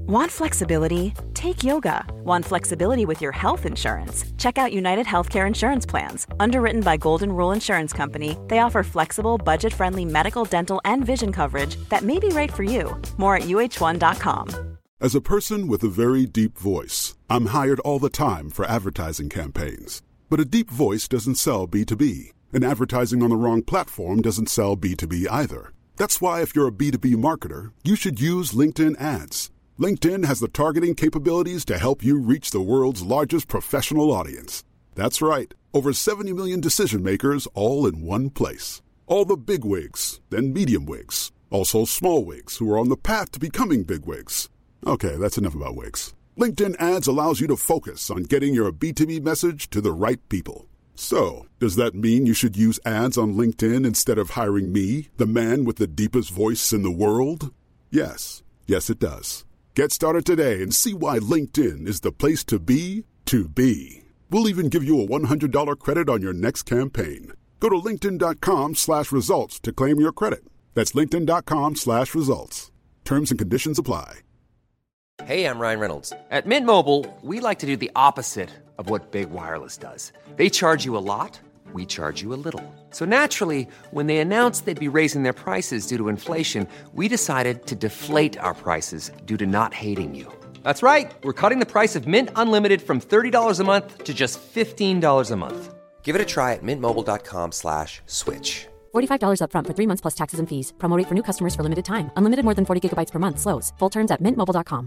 Want flexibility? Take yoga. Want flexibility with your health insurance? Check out United Healthcare Insurance Plans. Underwritten by Golden Rule Insurance Company, they offer flexible, budget-friendly medical, dental, and vision coverage that may be right for you. More at uh1.com. As a person with a very deep voice, I'm hired all the time for advertising campaigns. But a deep voice doesn't sell B2B, and advertising on the wrong platform doesn't sell B2B either. That's why if you're a B2B marketer, you should use LinkedIn ads. LinkedIn has the targeting capabilities to help you reach the world's largest professional audience. That's right. Over 70 million decision makers all in one place. All the big wigs, then medium wigs. Also small wigs who are on the path to becoming big wigs. Okay, that's enough about wigs. LinkedIn ads allows you to focus on getting your B2B message to the right people. So, does that mean you should use ads on LinkedIn instead of hiring me, the man with the deepest voice in the world? Yes. Yes, it does. Get started today and see why LinkedIn is the place to be to be. We'll even give you a $100 credit on your next campaign. Go to linkedin.com/results to claim your credit. That's linkedin.com/results. Terms and conditions apply. Hey, I'm Ryan Reynolds. At Mint Mobile, we like to do the opposite of what Big Wireless does. They charge you a lot, we charge you a little. So naturally, when they announced they'd be raising their prices due to inflation, we decided to deflate our prices due to not hating you. That's right. We're cutting the price of Mint Unlimited from $30 a month to just $15 a month. Give it a try at mintmobile.com/switch. $45 up front for 3 months plus taxes and fees. Promo rate for new customers for limited time. Unlimited more than 40 gigabytes per month. Slows full terms at mintmobile.com.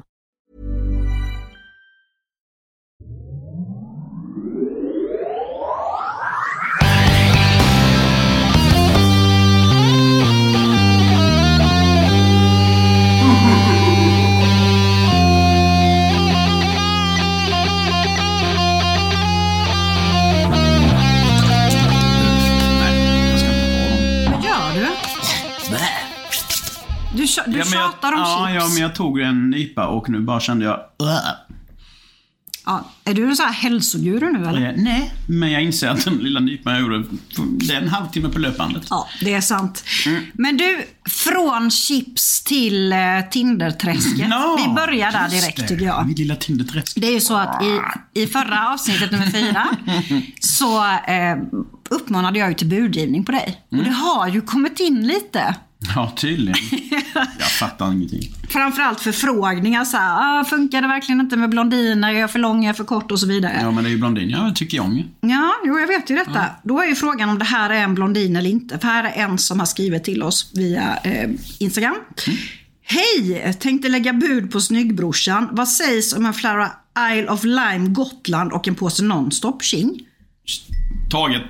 Du tjatar om chips. Ja, men jag tog en nypa och nu bara kände jag... Ja, är du en sån här hälsodjur nu eller? Nej, men jag inser att den lilla nypan jag gjorde, det är en halvtimme på löpbandet. Ja, det är sant. Men du, från chips till Tinderträsket. Vi börjar där direkt tycker jag. Mitt lilla Tinderträsk. Det är ju så att i förra avsnittet nummer 4 så uppmanade jag ju till budgivning på dig. Och det har ju kommit in lite. Ja, tydligen. Jag fattar ingenting. Framförallt förfrågningar så här, funkar det verkligen inte med blondiner, är jag för lång, är jag för kort och så vidare. Ja, men det är ju blondin, jag tycker jag om. Ja, jo, jag vet ju detta. Ja. Då är ju frågan om det här är en blondin eller inte. För här är en som har skrivit till oss via Instagram. Hej, tänkte lägga bud på snyggbrorsan. Vad sägs om en flarra Isle of Lime Gotland och en påse nonstop King? Taget.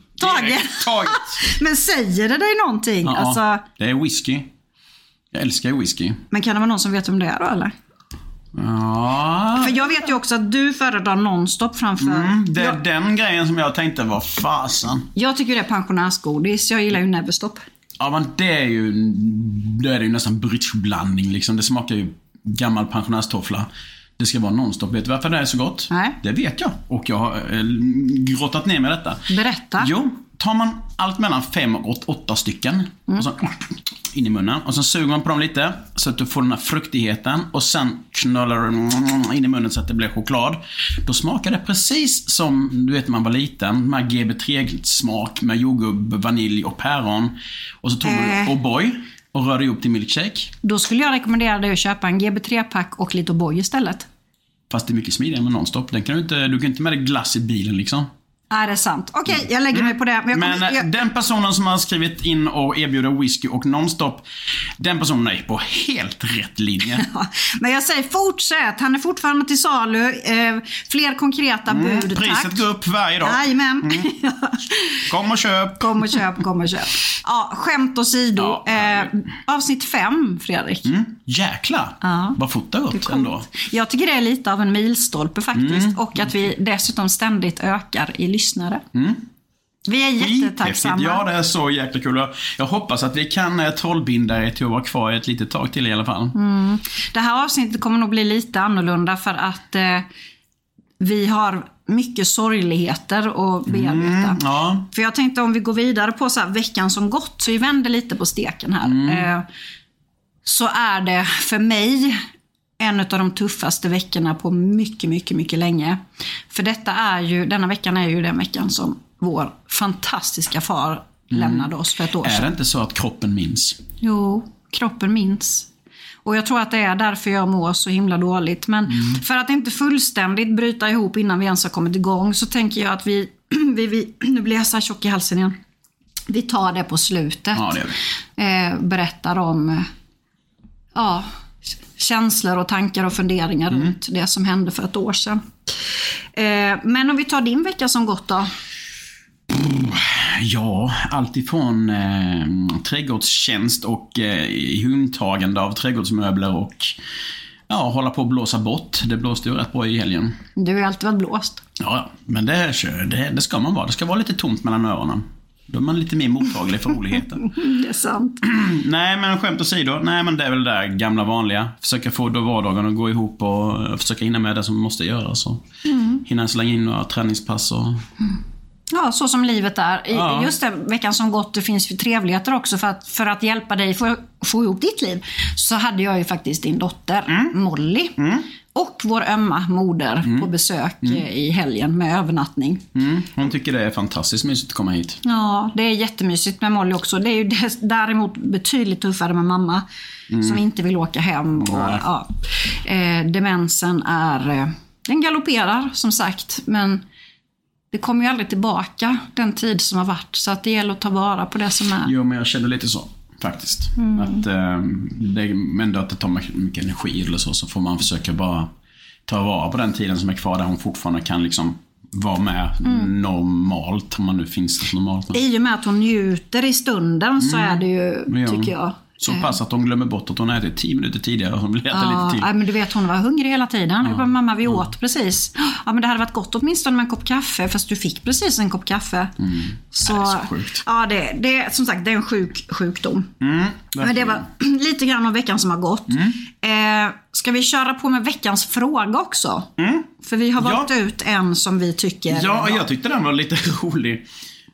Men säger det dig någonting? Ja, alltså, det är whisky. Jag älskar whisky. Men kan det vara någon som vet om det är då, eller? Ja. För jag vet ju också att du föredrar nonstop framför... det är den grejen som jag tänkte var fasen. Jag tycker det är pensionärsgodis. Jag gillar ju Neverstop. Ja, men det är ju nästan bridgeblandning liksom. Det smakar ju gammal pensionärstoffla. Det ska vara nonstop. Vet du varför det är så gott? Nej. Det vet jag. Och jag har grottat ner med detta. Berätta. Jo, tar man allt mellan 5 och 8 stycken. Och så in i munnen. Och så suger man på dem lite. Så att du får den här fruktigheten. Och sen knullar du in i munnen så att det blir choklad. Då smakar det precis som du vet när man var liten. Med GB3-smak med jordgubb, vanilj och päron. Och så tog du O'boy och rörde ihop till milkshake. Då skulle jag rekommendera dig att köpa en GB3-pack och lite O'boy istället. Fast det är mycket smidigare med nonstop. Du kan inte med dig glass i bilen liksom. Nej, det är sant. Okej, jag lägger mig på det. Men den personen som har skrivit in och erbjuder whisky och nonstop, den personen är på helt rätt linje. Men jag säger fortsätt. Han är fortfarande till salu. Fler konkreta bud, priset tack. går upp varje dag. Jajamän. Kom och köp. Kom och köp. Ja, skämt åsido. Avsnitt 5, Fredrik. Jäklar. Vad fort det gått ändå. Jag tycker det är lite av en milstolpe faktiskt. Och att vi dessutom ständigt ökar i lyssnare. Vi är jättetacksamma. Ja, det är så jäkla kul. Jag hoppas att vi kan trollbinda er till att vara kvar ett litet tag till i alla fall. Det här avsnittet kommer nog bli lite annorlunda för att vi har mycket sorgligheter att bearbeta. Ja. För jag tänkte om vi går vidare på så här, veckan som gått, så vi vänder lite på steken här. Så är det för mig en av de tuffaste veckorna på mycket, mycket, mycket länge. För denna veckan är ju den veckan som vår fantastiska far lämnade oss för ett år sedan. Är det inte så att kroppen minns? Jo, kroppen minns. Och jag tror att det är därför jag mår så himla dåligt. Men för att inte fullständigt bryta ihop innan vi ens har kommit igång, så tänker jag att vi nu blir jag så här tjock i halsen igen. Vi tar det på slutet. Ja, det gör vi. Berättar om känslor och tankar och funderingar runt det som hände för ett år sedan. Men om vi tar din vecka som gått då? Ja, allt ifrån trädgårdstjänst och hundtagande av trädgårdsmöbler och hålla på att blåsa bort. Det blåste ju rätt bra i helgen. Du har ju alltid varit blåst. Ja, men det ska man vara. Det ska vara lite tomt mellan öronen. Då är man lite mer mottaglig för roligheter. Det är sant. Nej, men skämt åsido. Nej, men det är väl det där gamla vanliga. Försöka få då vardagen att gå ihop och försöka hinna med det som måste göras. Hinna slänga in några träningspass och... Ja, så som livet är. Just den veckan som gått, det finns ju trevligheter också för att hjälpa dig få ihop ditt liv. Så hade jag ju faktiskt din dotter Molly och vår ömma moder på besök i helgen med övernattning. Hon tycker det är fantastiskt mysigt att komma hit. Ja, det är jättemysigt med Molly också. Det är ju däremot betydligt tuffare med mamma som inte vill åka hem. Och, demensen den galopperar som sagt, men det kommer ju aldrig tillbaka den tid som har varit. Så att det gäller att ta vara på det som är. Jo, men jag känner lite så faktiskt. Att ändå att det tar mycket energi eller så får man försöka bara ta vara på den tiden som är kvar där hon fortfarande kan liksom vara med normalt, om man nu finns det normalt. I och med att hon njuter i stunden så är det ju, tycker jag. Så pass att hon glömmer bort att hon ätit 10 minuter tidigare och hon vill äta lite till. Ja, men du vet, hon var hungrig hela tiden. Jag bara, mamma, vi åt precis. Ja, men det hade varit gott åtminstone med en kopp kaffe, fast du fick precis en kopp kaffe. Så, det är så sjukt. Ja, det som sagt, det är en sjukdom. Men det var lite grann om veckan som har gått. Ska vi köra på med veckans fråga också? För vi har valt ut en som vi tycker... Ja, jag tyckte den var lite rolig.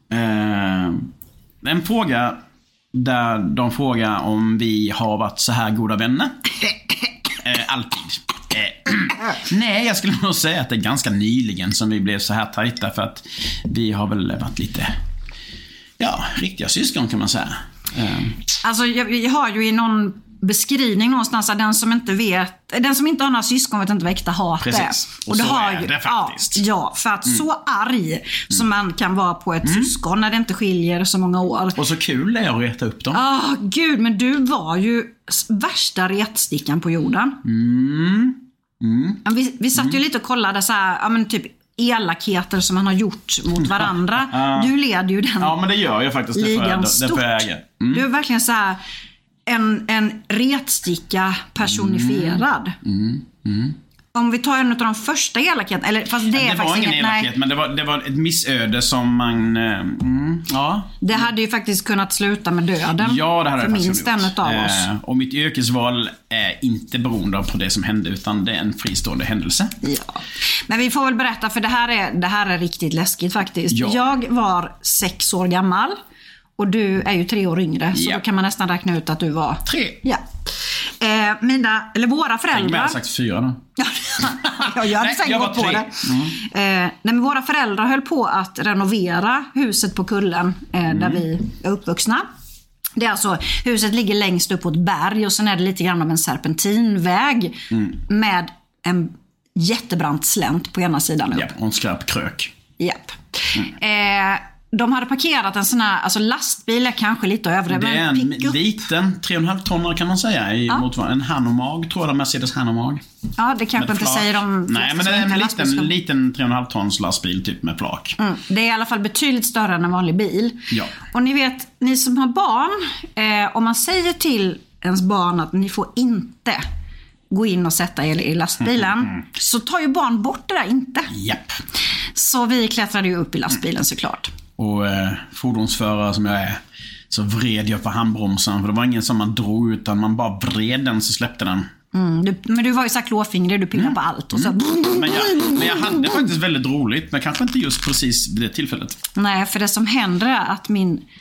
En fråga... där de frågar om vi har varit så här goda vänner. Alltid. Nej, jag skulle nog säga att det är ganska nyligen som vi blev så här tajta, för att vi har väl varit lite riktiga syskon kan man säga. Alltså jag har ju i någon beskrivning någonstans att den som inte har några syskon vet inte vad äkta hat är. Och det är det faktiskt. Ja, för att så arg som man kan vara på ett syskon när det inte skiljer så många år. Och så kul det är att reta upp dem. Gud, men du var ju värsta retstickan på jorden. Vi satt ju lite och kollade så här, men typ elakheter som man har gjort mot varandra. Du leder ju den. Ja, men det gör jag faktiskt. Det får jag äga. Du är verkligen så här en retsticka personifierad. Om vi tar en av de första elakheterna, eller fast det var ingen elakhet, men det var ett missöde som man det hade ju faktiskt kunnat sluta med döden. Ja, det hade för minst en av oss. Och mitt yrkesval är inte beroende på det som hände, utan det är en fristående händelse. Ja. Men vi får väl berätta, för det här är riktigt läskigt faktiskt. Ja. Jag var 6 år gammal och du är ju 3 år yngre, så då kan man nästan räkna ut att du var 3. Ja. Våra föräldrar. Jag har sagt 4 då. Jag hade säkert gått på det. Men våra föräldrar höll på att renovera huset på kullen där vi är uppvuxna. Det är alltså, huset ligger längst upp på ett berg och sen är det lite grann av en serpentinväg med en jättebrant slänt på ena sidan upp. Ja, och en skarp krök. Japp. De hade parkerat en sån här, alltså lastbil är kanske lite övre. Det är en liten 3,5 tonner kan man säga mot en Hanomag, tror jag, Mercedes Hanomag. Ja, det kanske inte säger de. Nej, men det är en liten 3,5 tons lastbil typ med flak. Det är i alla fall betydligt större än en vanlig bil. Ja. Och ni vet, ni som har barn, om man säger till ens barn att ni får inte gå in och sätta er i lastbilen, så tar ju barn bort det där inte. Japp. Så vi klättrade ju upp i lastbilen såklart. Och fordonsförare som jag är, så vred jag på handbromsen, för det var ingen som man drog, utan man bara vred den så släppte den. Men du var ju så klåfingrig, du pillade på allt och så. Men jag hade faktiskt väldigt roligt, men kanske inte just precis vid det tillfället. Nej, för det som händer är att min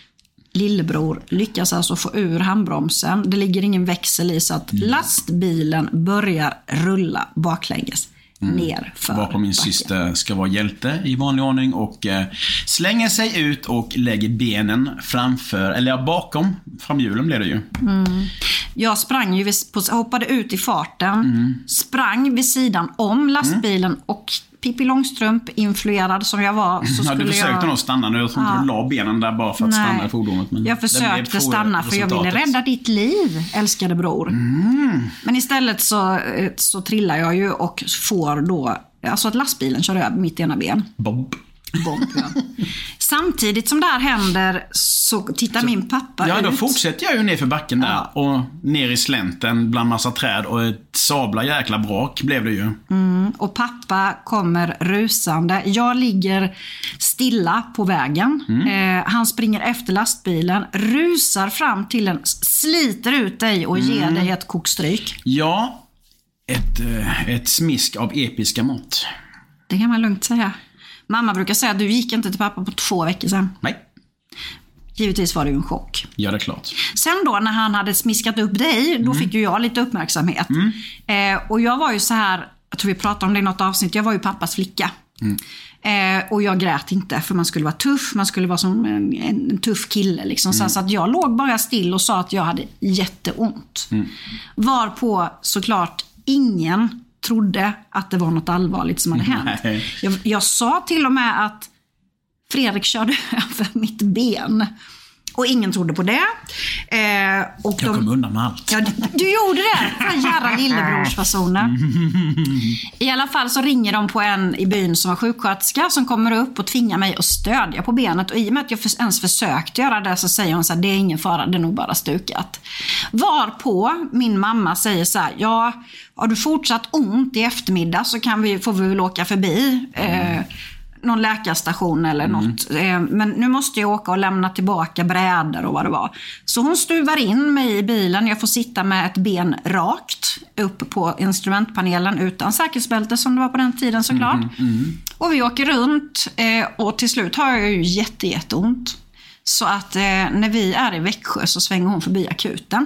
lillebror lyckas alltså få ur handbromsen. Det ligger ingen växel i, så att lastbilen börjar rulla baklänges ner för Varpå min syster ska vara hjälte i vanlig ordning och slänger sig ut och lägger benen framför, eller bakom framhjulen blev det ju. Jag sprang ju, hoppade ut i farten, sprang vid sidan om lastbilen och Pippi Långstrump influerad som jag var, så skulle du försökte nog stanna nu. Jag tror inte du la benen där bara för att stanna i fordonet. Men jag försökte stanna för jag ville rädda ditt liv, älskade bror. Men istället så trillar jag ju och får då, alltså att lastbilen kör över mitt ena ben. Bomb, ja. Samtidigt som det här händer så tittar min pappa ut. Ja, då fortsätter jag ju ner för backen där och ner i slänten bland massa träd och ett sabla jäkla brak blev det ju. Och pappa kommer rusande. Jag ligger stilla på vägen. Han springer efter lastbilen, rusar fram till den, sliter ut dig och ger dig ett kokstryk. Ja, ett smisk av episka mått. Det kan man lugnt säga. Mamma brukar säga att du gick inte till pappa på 2 veckor sedan. Nej. Givetvis var det ju en chock. Ja, det är klart. Sen då när han hade smiskat upp dig, då fick ju jag lite uppmärksamhet. Och jag var ju så här, jag tror vi pratade om det i något avsnitt, jag var ju pappas flicka. Och jag grät inte, för man skulle vara tuff, man skulle vara som en tuff kille liksom. Så att jag låg bara still och sa att jag hade jätteont. Varpå såklart ingen trodde att det var något allvarligt som hade hänt. Jag sa till och med att Fredrik körde över mitt ben. Och ingen trodde på det. Och jag kom undan med allt. Ja, du gjorde det. Den jävla lillebrorsfasonen. I alla fall så ringer de på en i byn som var sjuksköterska som kommer upp och tvingar mig att stödja på benet. Och i och med att jag ens försökte göra det så säger hon så här: det är ingen fara, det är nog bara stukat. Varpå min mamma säger så här: ja, har du fortsatt ont i eftermiddag så får vi väl åka förbi någon läkarstation eller något. Men nu måste jag åka och lämna tillbaka brädor och vad det var. Så hon stuvar in mig i bilen. Jag får sitta med ett ben rakt upp på instrumentpanelen utan säkerhetsbälte som det var på den tiden såklart. Och vi åker runt och till slut har jag ju jätteont. Så att när vi är i Växjö så svänger hon förbi akuten.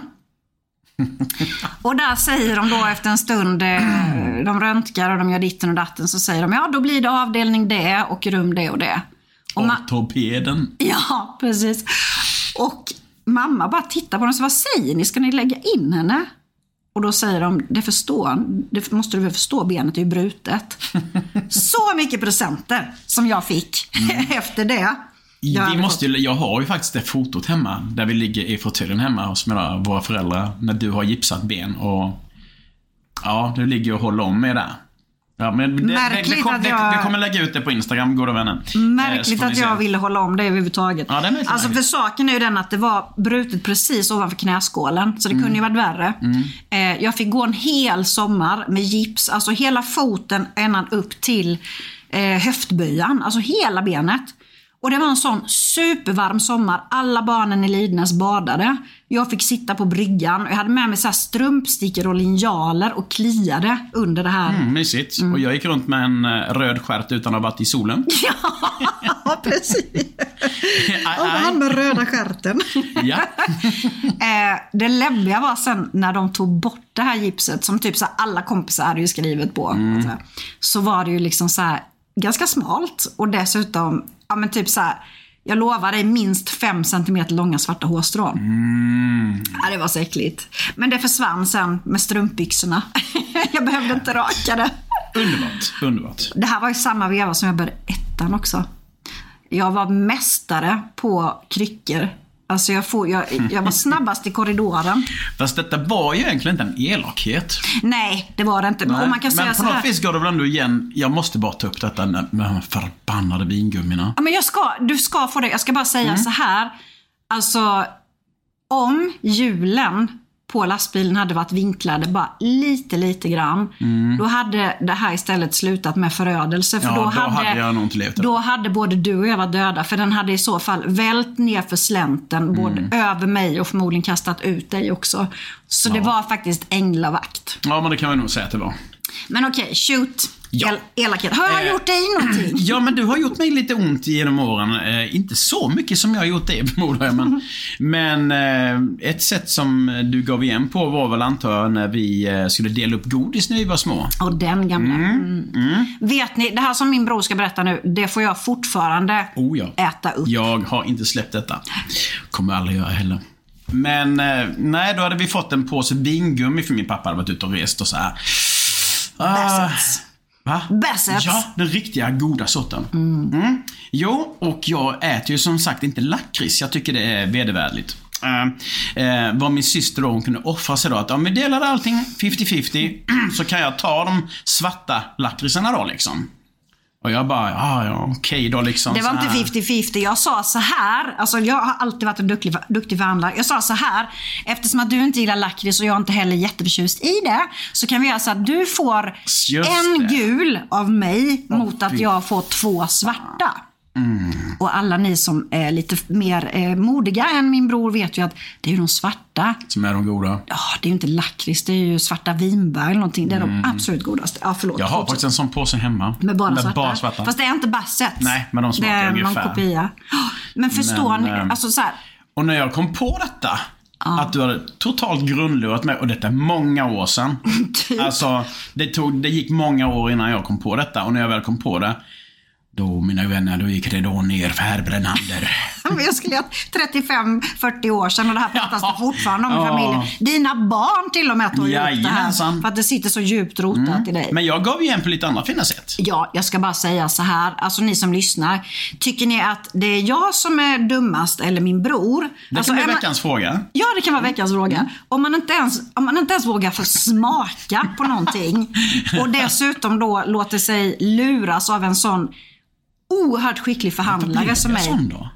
Och där säger de då efter en stund, de röntgar och de gör ditten och datten, så säger de, ja då blir det avdelning det och rum det och det. Och ortopeden. Ja, precis. Och mamma bara tittar på dem och säger, vad säger ni? Ska ni lägga in henne? Och då säger de, det måste du väl förstå, benet är ju brutet. Så mycket presenter som jag fick efter det. Jag har ju faktiskt det fotot hemma där vi ligger i fåtöljen hemma hos våra föräldrar när du har gipsat ben och ja, du ligger och håller om med det. Ja, men vi kommer lägga ut det på Instagram, goda vänner. Märkligt att jag ville hålla om det överhuvudtaget. Ja, det alltså för saken är ju den att det var brutet precis ovanför knäskålen, så det kunde ju varit värre. Jag fick gå en hel sommar med gips, alltså hela foten ända upp till höftböjan, alltså hela benet. Och det var en sån supervarm sommar. Alla barnen i Lidnäs badade. Jag fick sitta på bryggan. Jag hade med mig så här strumpstickor och linjaler och kliade under det här. Mysigt. Och jag gick runt med en röd stjärt utan att ha varit i solen. Ja, precis. Och han med röda stjärten. Ja. Det läbbiga var sen när de tog bort det här gipset, som typ så här, alla kompisar hade ju skrivit på. Så var det ju liksom så här ganska smalt. Och dessutom, ja men typ så här, jag lovar dig minst 5 centimeter långa svarta hårstrån. Ja, det var så äckligt. Men det försvann sen med strumpbyxorna. Jag behövde inte raka det. Underbart. Det här var ju samma veva som jag började ettan också. Jag var mästare på kryckor. Alltså jag var snabbast i korridoren. Fast detta var ju egentligen inte en elakhet. Nej, det var det inte. Men, man kan säga på något vis går det väl ändå igen. Jag måste bara ta upp detta med de förbannade vingummina. Ja, men du ska få det. Jag ska bara säga så här. Alltså, om hjulen på lastbilen hade varit vinklade bara lite grann, då hade det här istället slutat med förödelse. För då hade jag nog inte levt. Då hade både du och jag varit döda, för den hade i så fall vält ner för slänten både över mig och förmodligen kastat ut dig också. Så det var faktiskt änglavakt. Ja, men det kan vi nog säga att det var. Men okej, shoot. Ja. Elakhet. Har jag gjort dig någonting? Ja, men du har gjort mig lite ont genom åren. Inte så mycket som jag har gjort dig, förmodar jag. Men ett sätt som du gav igen på var väl, antar jag, när vi skulle dela upp godis när vi var små. Och den gamla. Vet ni, det här som min bror ska berätta nu, det får jag fortfarande äta upp. Jag har inte släppt detta. Kommer aldrig göra heller. Men nej, då hade vi fått en påse vingummi för min pappa hade varit ute och rest och så här. Bassets. Va? Bassets. Ja, den riktiga goda sorten. Jo, och jag äter ju som sagt inte lakrits. Jag tycker det är vedervärdigt. Var min syster då, hon kunde offra sig då att om vi delade allting 50-50 så kan jag ta de svarta lakritsarna då liksom. Och jag bara, ja, okej då liksom. Det var inte 50-50. Jag sa så här, alltså jag har alltid varit en duktig förhandlare. Jag sa så här, eftersom att du inte gillar lakrits och jag inte heller jätteförtjust i det, så kan vi göra så att du får en gul av mig mot att jag får 2 svarta. Och alla ni som är lite mer modiga än min bror vet ju att det är ju de svarta som är de goda. Ja, det är ju inte lakrits, det är ju svarta vinbär eller någonting. Det är de absolut godaste. Ja, förlåt. Jag har faktiskt en sån påse hemma. Med bara svarta. Fast det är inte Bassets. Nej, men de smakar ungefär. Det är någon kopia. Men förstår ni, alltså så här. Och när jag kom på detta, att du hade totalt grundlurat mig, och detta är många år sedan. Alltså, det gick många år innan jag kom på detta. Och när jag väl kom på det, då, mina vänner, då gick det då ner för Brennander. Jag skulle ha 35-40 år sedan och det här pratas det fortfarande om i familjen. Dina barn till och med tog ju upp det här. För att det sitter så djupt rotat i dig. Men jag gav igen på lite andra fina sätt. Ja, jag ska bara säga så här. Alltså ni som lyssnar. Tycker ni att det är jag som är dummast eller min bror? Det alltså, kan bli veckans fråga. Ja, det kan vara veckans fråga. Om man inte ens vågar få smaka på någonting. Och dessutom då låter sig luras av en sån oerhört skicklig förhandlare som mig.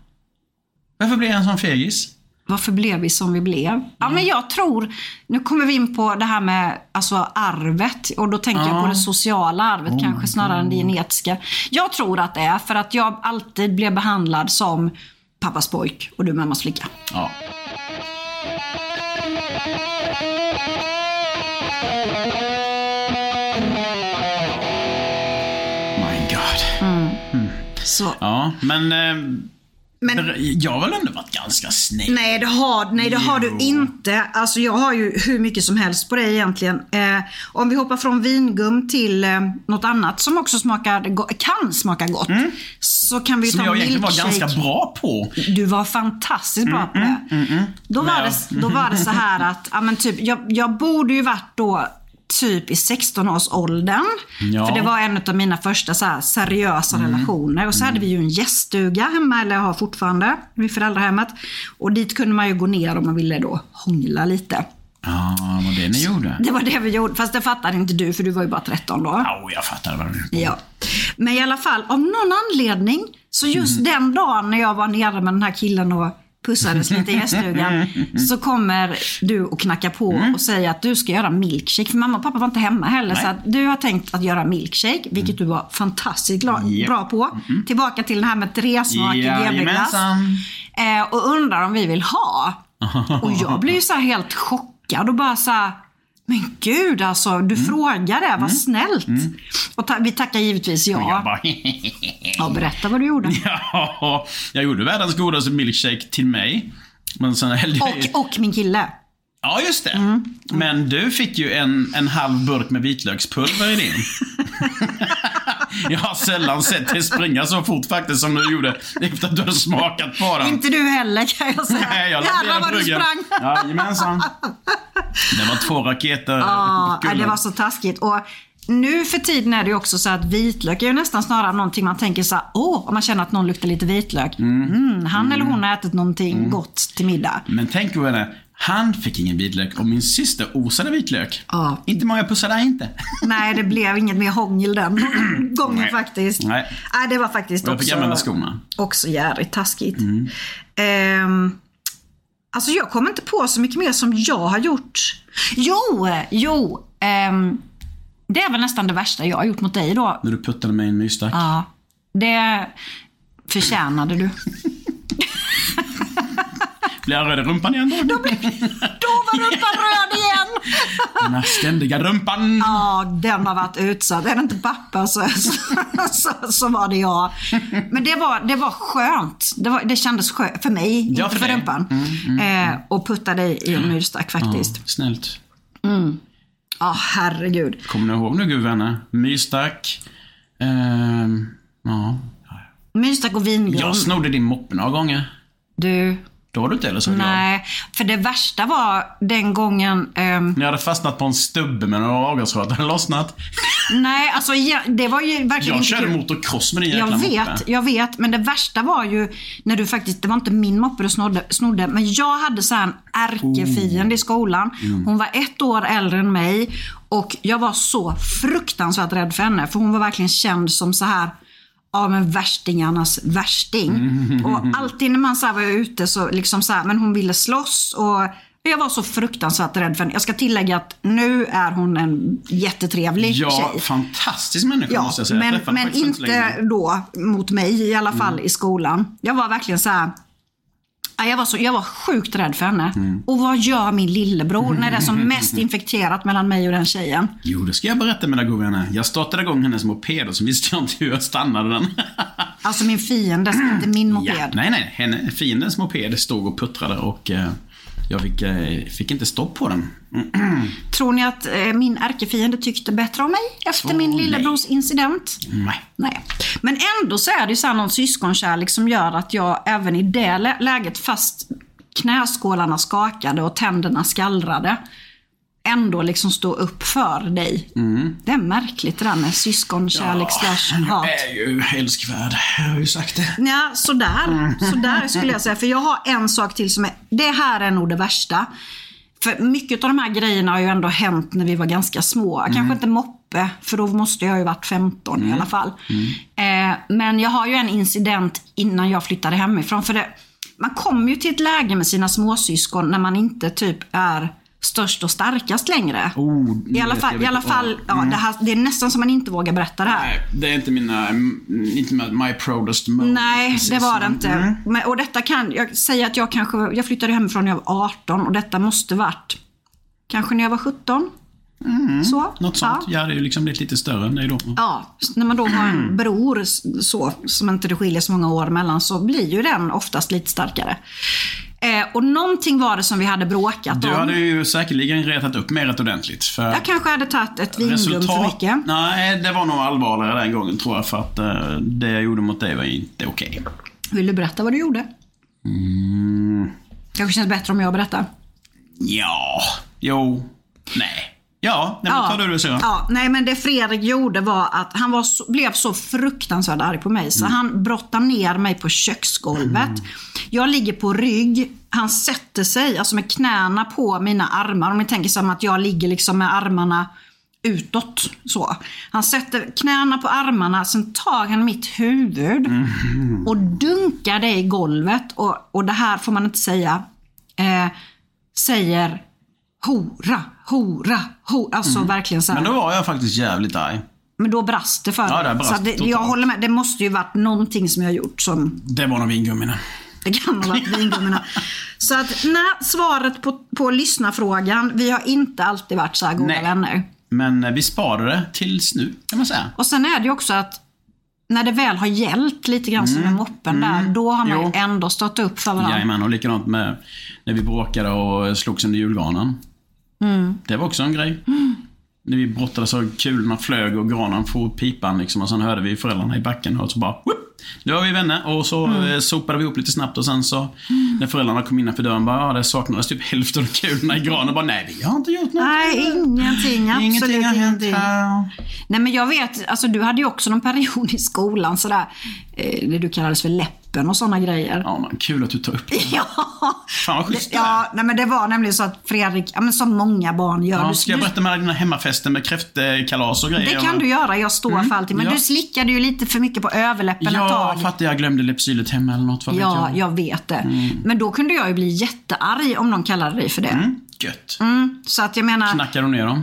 Varför blev jag en sån fegis? Varför blev vi som vi blev? Ja, men jag tror, nu kommer vi in på det här med alltså arvet, och då tänker jag på det sociala arvet kanske snarare än det genetiska. Jag tror att det är för att jag alltid blev behandlad som pappas pojk och du mammas flicka. Ja. My God. Så. Ja, men jag har väl ändå varit ganska snäll. Nej, det har du inte. Alltså jag har ju hur mycket som helst på det egentligen. Om vi hoppar från vingum till något annat som också kan smaka gott. Så kan vi som ta jag egentligen milkshake. var ganska bra på. Du var fantastiskt bra på det. Då var det så här att men typ, jag borde ju varit då typ i 16-årsåldern. Ja. För det var en av mina första så här seriösa relationer. Och så hade vi ju en gäststuga hemma, eller har fortfarande, vid föräldrahemmet. Och dit kunde man ju gå ner om man ville då hångla lite. Ja, vad det ni gjorde. Det var det vi gjorde, fast det fattade inte du, för du var ju bara 13 då. Ja, jag fattade vad du. Ja. Men i alla fall, av någon anledning, så just den dagen när jag var nere med den här killen och pussades lite i gäststugan, så kommer du och knackar på och säger att du ska göra milkshake. För mamma och pappa var inte hemma heller. Nej. Så att du har tänkt att göra milkshake, vilket du var fantastiskt bra på. Tillbaka till den här med 3-smak i GB-glass. Och undrar om vi vill ha. Och jag blir så här helt chockad och bara så här, men gud alltså, du frågade, vad snällt. Och vi tackar givetvis ja. Och jag bara, ja, berätta vad du gjorde. Ja, jag gjorde världens godaste milkshake till mig. Men sen hällde och min kille. Ja, just det. Men du fick ju en halv burk med vitlökspulver i din. Jag har sällan sett dig springa så fort faktiskt som du gjorde efter att du hade smakat på den. Inte du heller, kan jag säga. Nej, jag jävlar vad du sprang. Ja, gemensamt. Det var 2 raketer. Ja, det var så taskigt. Och nu för tiden är det ju också så att vitlök är ju nästan snarare någonting man tänker så här, om man känner att någon luktar lite vitlök. Han eller hon har ätit någonting gott till middag. Men tänk på det. Han fick ingen vitlök och min syster osade vitlök. Ja. Inte många pussade inte. Nej, det blev inget mer hångel den gången faktiskt. Nej, det var faktiskt också jävligt taskigt. Alltså jag kommer inte på så mycket mer som jag har gjort. Jo. Det är väl nästan det värsta jag har gjort mot dig då. När du puttade mig i en mysstack. Ja, det förtjänade du. Blir jag röd i rumpan igen då? Då var rumpan röd igen. Den här ständiga rumpan. Ja, den har varit utsatt. Är det inte pappa så var det jag. Men det var skönt. Det kändes skönt för mig, ja, inte för rumpan. Och putta dig i en myrstack faktiskt. Ja, snällt. Ja, herregud. Kommer ni ihåg nu, gud vänner? Myrstack. Ja. Myrstack och vingång. Jag snodde din moppe några gånger. Du... Då var du inte eller så glad. Nej, för det värsta var den gången... Ni hade fastnat på en stubbe med några avgasrör. Det hade lossnat. Nej, alltså det var ju verkligen jag körde motocross med din jäkla moppe. Jag vet, men det värsta var ju när du faktiskt, det var inte min moppe du snodde, men jag hade så här en ärkefiende i skolan. Hon var 1 år äldre än mig och jag var så fruktansvärt rädd för henne, för hon var verkligen känd som så här, ja, men värstingarnas värsting. Och alltid när man så här var ute så liksom så här, men hon ville slåss och jag var så fruktansvärt rädd för henne. Jag ska tillägga att nu är hon en jättetrevlig tjej. Ja, fantastisk människa måste jag säga. Men inte då mot mig i alla fall i skolan. Jag var verkligen så här. Jag var sjukt rädd för henne. Och vad gör min lillebror när det är som mest infekterat mellan mig och den tjejen? Jo, det ska jag berätta, mina goda vänner. Jag startade igång hennes moped och så visste jag inte hur jag stannade den. Alltså min fiende, inte min moped. Ja, nej. Fiendens moped stod och puttrade och jag fick inte stopp på den. Tror ni att min ärkefiende tyckte bättre om mig efter min lillebrors incident? Nej. Men ändå så är det ju så här någon syskonkärlek som gör att jag även i det läget, fast knäskålarna skakade och tänderna skallrade, ändå liksom stå upp för dig. Det är märkligt det där med syskonkärlek / hat. Jag är ju älskvärd, jag har ju sagt det. Ja, sådär skulle jag säga. För jag har en sak till som är, det här är nog det värsta. För mycket av de här grejerna har ju ändå hänt när vi var ganska små. Kanske inte moppe, för då måste jag ju varit 15 i alla fall. Men jag har ju en incident innan jag flyttade hemifrån. För man kommer ju till ett läge med sina småsyskon när man inte typ är störst och starkast längre. I alla fall det är nästan som man inte vågar berätta det här. Nej, det är inte my proudest moment. Nej, precis. Det var det inte. Men, och detta kan jag säga att jag flyttade hemifrån när jag var 18 och detta måste varit kanske när jag var 17. Så. Något sånt. Ja, det är ju liksom lite större än dig då. Ja, när man då har en bror så som inte det skiljer så många år mellan, så blir ju den oftast lite starkare. Och någonting var det som vi hade bråkat om. Du hade ju säkerligen retat upp mer rätt ordentligt. För jag kanske hade tagit ett vingum för mycket. Nej, det var nog allvarligare den gången tror jag. För att det jag gjorde mot dig var inte okej. Vill du berätta vad du gjorde? Kanske känns bättre om jag berättar. Ja, jo, nej. Ja, men tar du det så. Ja, nej, men det Fredrik gjorde var att han blev så fruktansvärt arg på mig. Så han brottade ner mig på köksgolvet. Jag ligger på rygg. Han sätter sig alltså med knäna på mina armar. Om ni tänker som att jag ligger liksom med armarna utåt. Så. Han sätter knäna på armarna. Sen tar han mitt huvud och dunkar det i golvet. Och det här får man inte säga. Säger hora. Alltså verkligen så här. Men då var jag faktiskt jävligt arg. Men då brast det för Ja, det brast så jag håller med. Det måste ju varit någonting som jag har gjort som... Det var nog vingummina. Det kan ha varit vingummina. Så att svaret på lyssnarfrågan, vi har inte alltid varit så här goda vänner. Men vi sparade det tills nu, kan man säga. Och sen är det ju också att när det väl har hjälpt lite grann som med moppen där, då har man ju ändå stått upp för varandra. Jajamän, och likadant med när vi bråkade och slogs under julgranen. Det var också en grej. När vi brottade så kulorna flög och granen for pipan liksom, och sen hörde vi föräldrarna i backen och så bara nu var vi vänner och så sopade vi upp lite snabbt och sen så när föräldrarna kom innanför dörren bara det saknades typ hälften av kulorna i granen bara nej, vi har inte gjort något. Nej, ingenting, absolut ingenting. Nej, men jag vet, alltså du hade ju också någon period i skolan sådär, det du kallades för läppen och sådana grejer. Ja, men kul att du tar upp det. Ja. Fan vad schysst. Ja, nej, men det var nämligen så att Fredrik, men som många barn gör. Ja, ska jag berätta med dina hemmafester med kräftkalas och grejer? Det kan du göra, jag står för allting. Men du slickade ju lite för mycket på överläppen ett tag. Ja, för att jag glömde läppsylet hemma eller något. Ja, jag vet det. Men då kunde jag ju bli jättearg om någon kallade dig för det. Gött. Så att jag menar... Knackar du ner dem?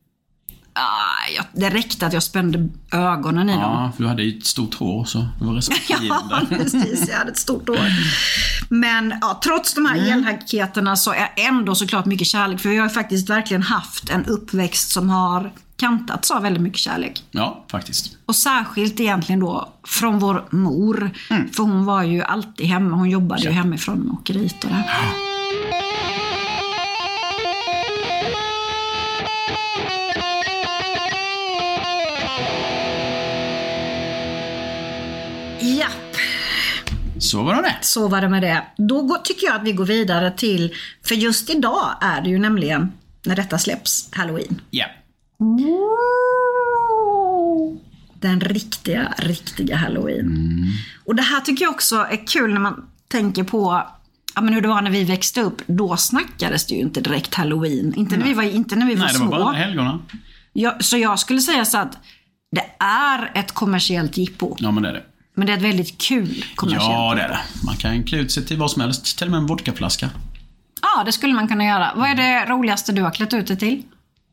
Det räckte att jag spände ögonen i dem. Ja, för du hade ju ett stort hår så det var respektive. Ja, precis. Jag hade ett stort hår. Men trots de här elraketerna så är ändå såklart mycket kärlek. För vi har ju faktiskt verkligen haft en uppväxt som har kantats av väldigt mycket kärlek. Ja, faktiskt. Och särskilt egentligen då från vår mor. För hon var ju alltid hemma. Hon jobbade ju hemifrån och åkeriet och det. Japp. Så var det. Så var det med det. Då tycker jag att vi går vidare till, för just idag är det ju nämligen, när detta släpps, Halloween. Ja. Den riktiga Halloween. Och det här tycker jag också är kul när man tänker på hur det var när vi växte upp. Då snackades det ju inte direkt Halloween. Inte när vi var små. Nej, det var bara helgerna. Så jag skulle säga så att det är ett kommersiellt jippo. Ja, men det är det. Men det är ett väldigt kul kommersiellt. Ja, det är det. Man kan klä ut sig till vad som helst. Till och med en vodkaflaska. Ja, det skulle man kunna göra. Vad är det roligaste du har klätt ut dig till?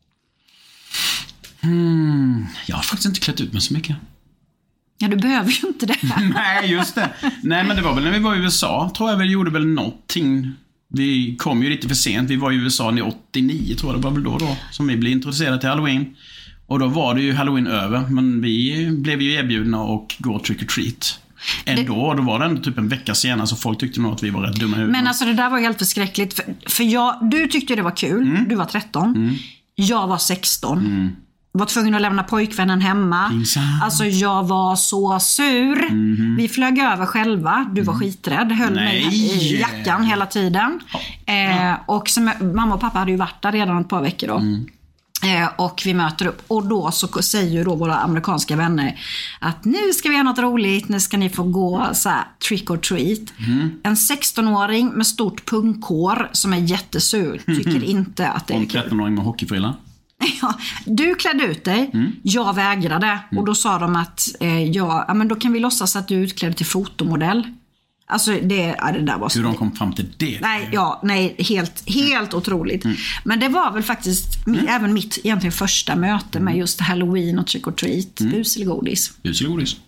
Jag har faktiskt inte klätt ut mig så mycket. Ja, du behöver ju inte det. Nej, just det. Nej, men det var väl när vi var i USA. Tror jag vi gjorde väl någonting. Vi kom ju lite för sent. Vi var i USA 89, tror jag det var väl då som vi blev introducerade till Halloween. Och då var det ju Halloween över. Men vi blev ju erbjudna och gå trick or treat. Ändå, då var det ändå typ en vecka senare, så folk tyckte nog att vi var rätt dumma i huvudet. Men alltså det där var helt förskräckligt. För du tyckte det var kul. Du var 13. Jag var 16. Var tvungen att lämna pojkvännen hemma. Alltså jag var så sur. Vi flög över själva. Du var skiträdd. Höll mig i jackan hela tiden. Och så, mamma och pappa hade ju varit där redan ett par veckor då. Och vi möter upp. Och då så säger ju då våra amerikanska vänner att nu ska vi göra något roligt. Nu ska ni få gå så här, trick or treat. En 16-åring med stort punkhår som är jättesur tycker inte att det är kul. En 13-åring med hockeyfrilla. Ja, du klädde ut dig. Jag vägrade. Och då sa de att men då kan vi låtsas att du är utklädd till fotomodell. Alltså det där var så. Hur de kom fram till det? Nej, helt otroligt. Men det var väl faktiskt även mitt egentligen första möte med just Halloween och trick or treat. Bus eller godis. Bus eller godis.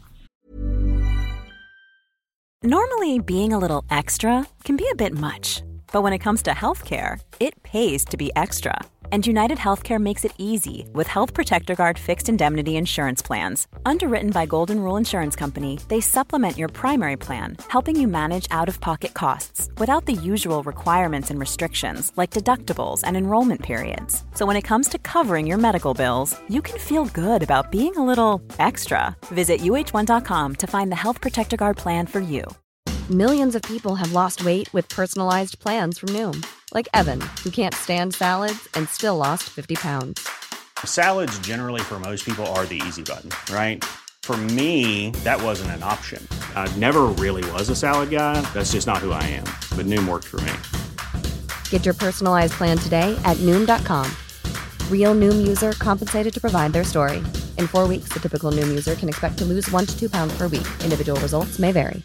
Normally, being a little extra can be a bit much. But when it comes to healthcare, it pays to be extra. And United Healthcare makes it easy with Health Protector Guard fixed indemnity insurance plans. Underwritten by Golden Rule Insurance Company, they supplement your primary plan, helping you manage out-of-pocket costs without the usual requirements and restrictions like deductibles and enrollment periods. So when it comes to covering your medical bills, you can feel good about being a little extra. Visit uh1.com to find the Health Protector Guard plan for you. Millions of people have lost weight with personalized plans from Noom. Like Evan, who can't stand salads and still lost 50 pounds. Salads generally for most people are the easy button, right? For me, that wasn't an option. I never really was a salad guy. That's just not who I am. But Noom worked for me. Get your personalized plan today at Noom.com. Real Noom user compensated to provide their story. In 4 weeks, the typical Noom user can expect to lose 1 to 2 pounds per week. Individual results may vary.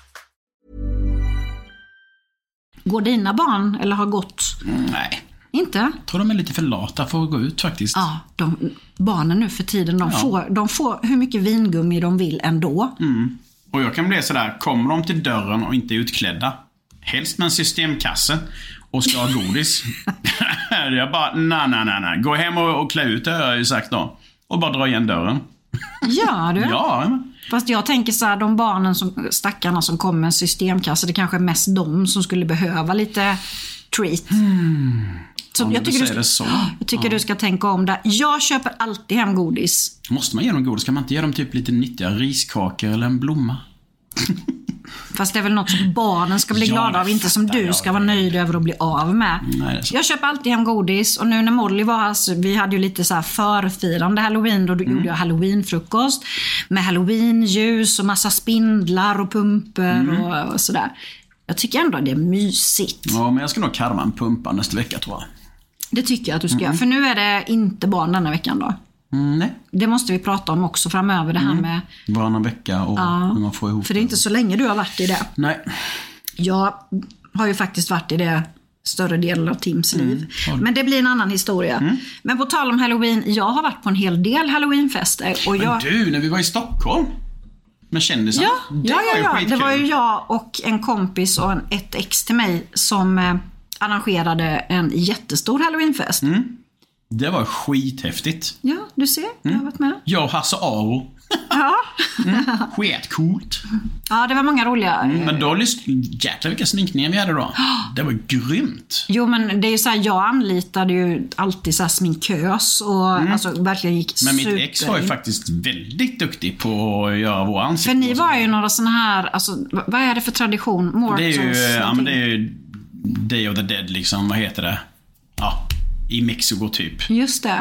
Går dina barn eller har gått? Nej. Inte? Jag tror de är lite för lata för att gå ut faktiskt. Ja, barnen nu för tiden, de får hur mycket vingummi de vill ändå. Och jag kan bli sådär, kommer de till dörren och inte är utklädda, helst med en systemkasse och ska ha godis. Jag bara, nej. Gå hem och klä ut det, har jag ju sagt då. Och bara dra igen dörren. Gör du? Ja. Fast jag tänker så här, de barnen stackarna som kommer med en systemkasse, det kanske är mest de som skulle behöva lite treat. Så jag tycker du ska tänka om det. Jag köper alltid hem godis. Måste man ge dem godis? Kan man inte ge dem typ lite nyttiga riskakor eller en blomma? Fast det är väl något som barnen ska bli glada av, inte som du ska vara nöjd över att bli av med. Nej, jag köper alltid hem godis. Och nu när Molly var här så vi hade ju lite så här förfirande Halloween. Då gjorde jag Halloween-frukost med Halloween-ljus och massa spindlar och pumper och sådär. Jag tycker ändå att det är mysigt. Ja, men jag ska nog karma en pumpa nästa vecka, tror jag. Det tycker jag att du ska göra. För nu är det inte barn denna veckan då. Nej. Det måste vi prata om också framöver, det här med varannan vecka och hur man får ihop. För det är inte så länge du har varit i det. Nej. Jag har ju faktiskt varit i det större delen av Tims liv. Men det blir en annan historia. Men på tal om Halloween, jag har varit på en hel del Halloweenfester. Och Men du, när vi var i Stockholm. med kändisar. Ja, var ju det var ju jag och en kompis och ett ex till mig som arrangerade en jättestor Halloweenfest. Det var skithäftigt. Ja, du ser, jag har varit med. Jag och Hasse Aro. Ja. Skitcoolt. Ja, det var många roliga. Men då jäklar vilka sminkningar vi hade då. Det var grymt. Jo, men det är ju så här, jag anlitade ju alltid så här sminkös och alltså verkligen gick Men mitt ex var ju faktiskt väldigt duktig på att göra våra ansikten. För ni var ju några såna här, alltså vad är det för tradition? Det är ju, ja men det är ju Day of the Dead liksom, vad heter det? Ja, i Mexiko typ. Just det.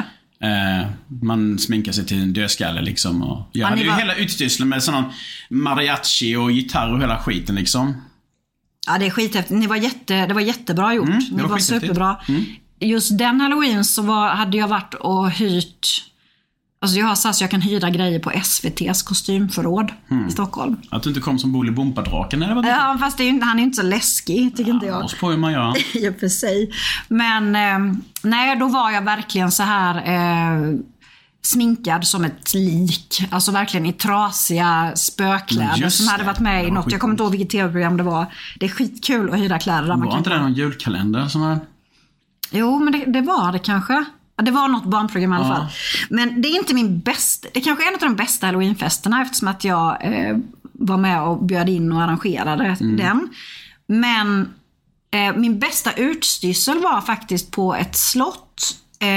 Man sminkar sig till en dödskalle liksom. Och jag hade ju hela utstyrseln med sån mariachi och gitarr och hela skiten liksom. Ja, det är skithäftigt. Det var jättebra gjort. Ni var superbra. Just den Halloween så hade jag varit och hyrt. Alltså jag har sagt att jag kan hyra grejer på SVT:s kostymförråd i Stockholm. Att du inte kom som Bolibompa-draken eller vad det? Ja, fast han är inte så läskig, tycker inte jag. Måste på hur man gör. I och för sig. Men nej, då var jag verkligen så här sminkad som ett lik. Alltså verkligen i trasiga spökkläder som hade varit med i något. Jag kommer inte ihåg vilket tv-program det var. Det är skitkul att hyra kläder. Var inte det någon julkalender som var... Jo, men det var det kanske. Det var något barnprogram i alla fall. Men det är inte min bästa. Det är kanske är en av de bästa Halloweenfesterna eftersom att jag var med och bjöd in och arrangerade den. Men min bästa utstyrsel var faktiskt på ett slott.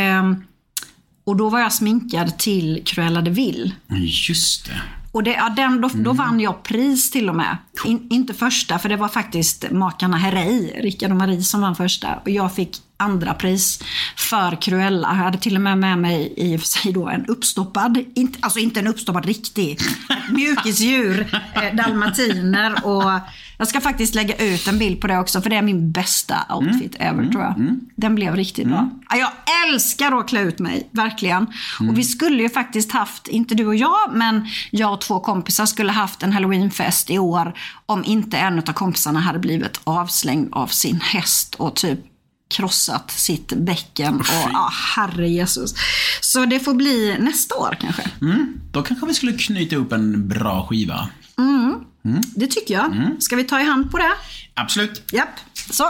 Och då var jag sminkad till Cruella de Vil. Just det. Och då vann jag pris till och med. Inte första, för det var faktiskt makarna Herrey, Rickard och Marie, som vann första. Och jag fick andra pris för Cruella. Jag hade till och med mig i och för sig då en uppstoppad, inte en uppstoppad riktig, mjukisdjur, dalmatiner. Och jag ska faktiskt lägga ut en bild på det också, för det är min bästa outfit ever, tror jag. Den blev riktigt bra. Jag älskar att klä ut mig, verkligen. Och vi skulle ju faktiskt haft, inte du och jag, men jag och 2 kompisar skulle haft en Halloweenfest i år om inte en av kompisarna hade blivit avslängd av sin häst och typ krossat sitt bäcken och herre Jesus. Så det får bli nästa år kanske. Då kanske vi skulle knyta upp en bra skiva. Det tycker jag. Ska vi ta i hand på det? Absolut. Japp. Så.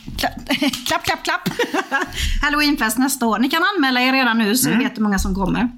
Klapp. Halloweenfest nästa år. Ni kan anmäla er redan nu så vi vet hur många som kommer.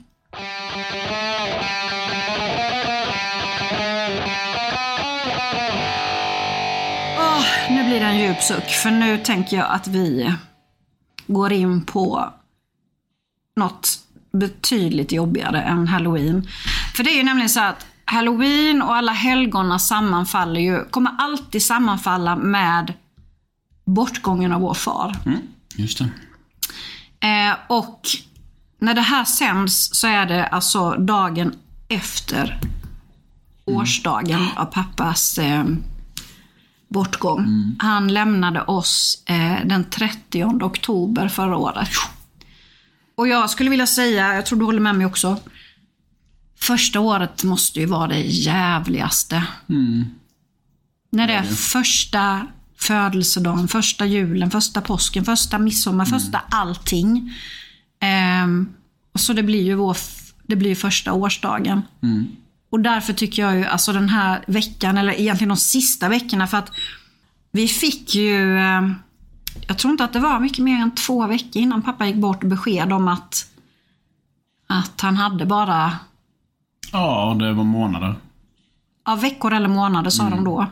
Nu blir det en djup suck, för nu tänker jag att vi går in på något betydligt jobbigare än Halloween. För det är ju nämligen så att Halloween och alla helgona kommer alltid sammanfalla med bortgången av vår far. Just det. Och när det här sänds så är det alltså dagen efter årsdagen av pappas bortgång. Han lämnade oss den 30 oktober förra året. Och jag skulle vilja säga, jag tror du håller med mig också, första året måste ju vara det jävligaste. När det är första födelsedagen, första julen, första påsken, första midsommar, första allting. Och så det blir ju första årsdagen. Och därför tycker jag ju, alltså den här veckan, eller egentligen de sista veckorna, för att vi fick ju, jag tror inte att det var mycket mer än 2 veckor innan pappa gick bort, besked om att han hade bara... Ja, det var månader. Ja, veckor eller månader sa de då.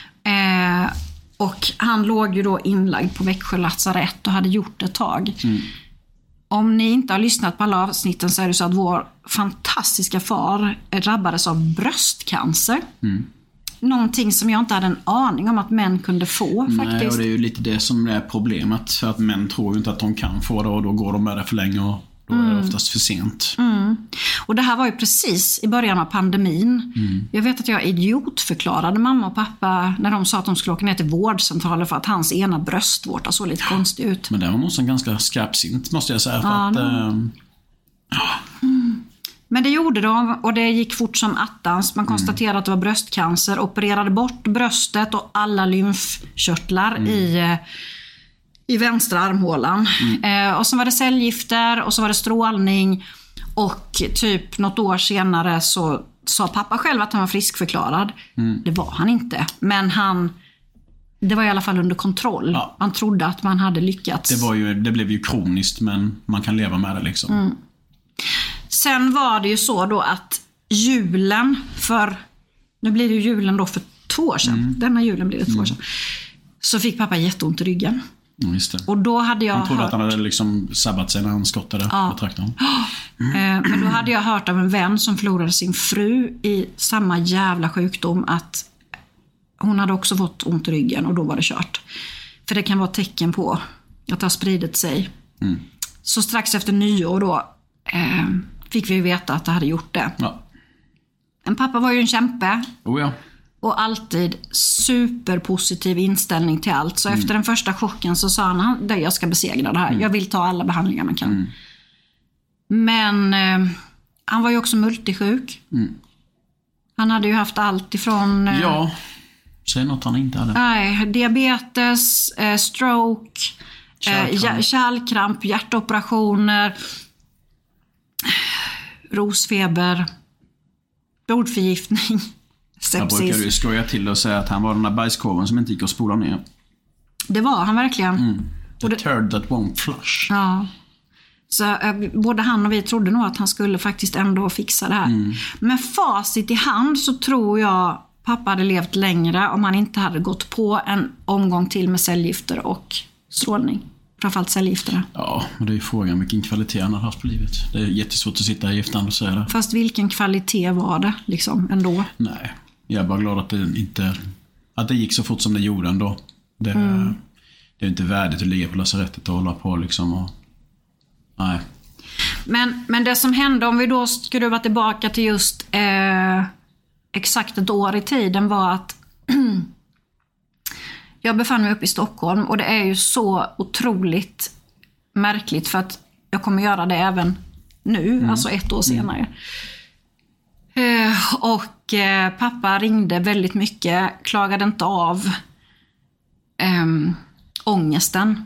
Och han låg ju då inlagd på Växjö lasarett och hade gjort ett tag. Om ni inte har lyssnat på alla avsnitten så är det så att vår fantastiska far drabbades av bröstcancer. Någonting som jag inte hade en aning om att män kunde få faktiskt. Nej, och det är ju lite det som är problemet. För att män tror ju inte att de kan få det och då går de med det för länge och då är det oftast för sent. Och det här var ju precis i början av pandemin. Jag vet att jag idiotförklarade mamma och pappa när de sa att de skulle åka ner till vårdcentralen för att hans ena bröstvårta såg lite konstig ut. Men det var nog ganska skarpsint, måste jag säga. Men det gjorde de och det gick fort som attans. Man konstaterade att det var bröstcancer, opererade bort bröstet och alla lymfkörtlar i vänstra armhålan. Och så var det cellgifter och så var det strålning. Och typ något år senare så sa pappa själv att han var friskförklarad. Det var han inte. Men det var i alla fall under kontroll. Ja. Man trodde att man hade lyckats. Det blev ju kroniskt, men man kan leva med det liksom. Sen var det ju så då att nu blir det ju julen då för 2 år sedan. Denna julen blir det 2 år sedan. Så fick pappa jätteont i ryggen. Just det. Och då hade jag han trodde att han hade liksom sabbat sig när han skottade med traktorn. Men då hade jag hört av en vän som förlorade sin fru i samma jävla sjukdom att hon hade också fått ont i ryggen och då var det kört. För det kan vara ett tecken på att det har spridit sig. Så strax efter nyår då fick vi veta att det hade gjort det. Ja. Men pappa var ju en kämpe. Oh ja. Och alltid superpositiv inställning till allt. Så efter den första chocken så sa han, jag ska besegra det här. Jag vill ta alla behandlingar man kan. Men han var ju också multisjuk. Han hade ju haft allt ifrån... Ja, säg något han inte hade. Nej, diabetes, stroke, kärlkramp, hjärtoperationer, rosfeber, blodförgiftning. Jag brukar ju skoja till och säga att han var den där bajskorven som inte gick att spola ner. Det var han verkligen. The turd that won't flush. Ja. Så både han och vi trodde nog att han skulle faktiskt ändå fixa det här. Med facit i hand så tror jag pappa hade levt längre om han inte hade gått på en omgång till med cellgifter och strålning. Framförallt cellgifterna. Ja, men det är ju frågan vilken kvalitet han har haft på livet. Det är jättesvårt att sitta i efterhand och säga det. Fast vilken kvalitet var det liksom ändå? Nej, jag är bara glad att det gick så fort som det gjorde ändå. Det är inte värdigt att ligga på lasarettet och hålla på liksom nej. Men det som hände, om vi då skruvar tillbaka till just exakt ett år i tiden, var att jag befann mig uppe i Stockholm och det är ju så otroligt märkligt för att jag kommer göra det även nu, alltså 1 år senare. Och pappa ringde väldigt mycket, klagade inte av ångesten.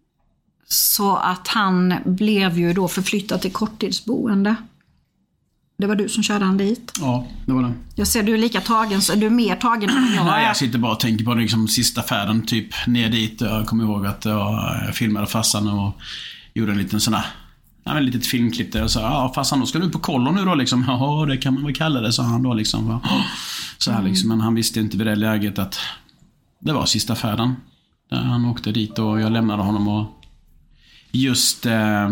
Så att han blev ju då förflyttad till korttidsboende. Det var du som körde han dit. Ja, det var det. Jag ser du är lika tagen, så är du mer tagen än jag. Nej, jag sitter bara och tänker på liksom sista färden typ ner dit. Jag kommer ihåg att jag filmade farsan och gjorde en liten sån här, en litet filmklipp där jag sa, farsan, då ska du på kollo nu då liksom. Ja, det kan man väl kalla det, sa han då liksom. Så här liksom, men han visste inte vid det läget att det var sista färden. Där han åkte dit och jag lämnade honom och just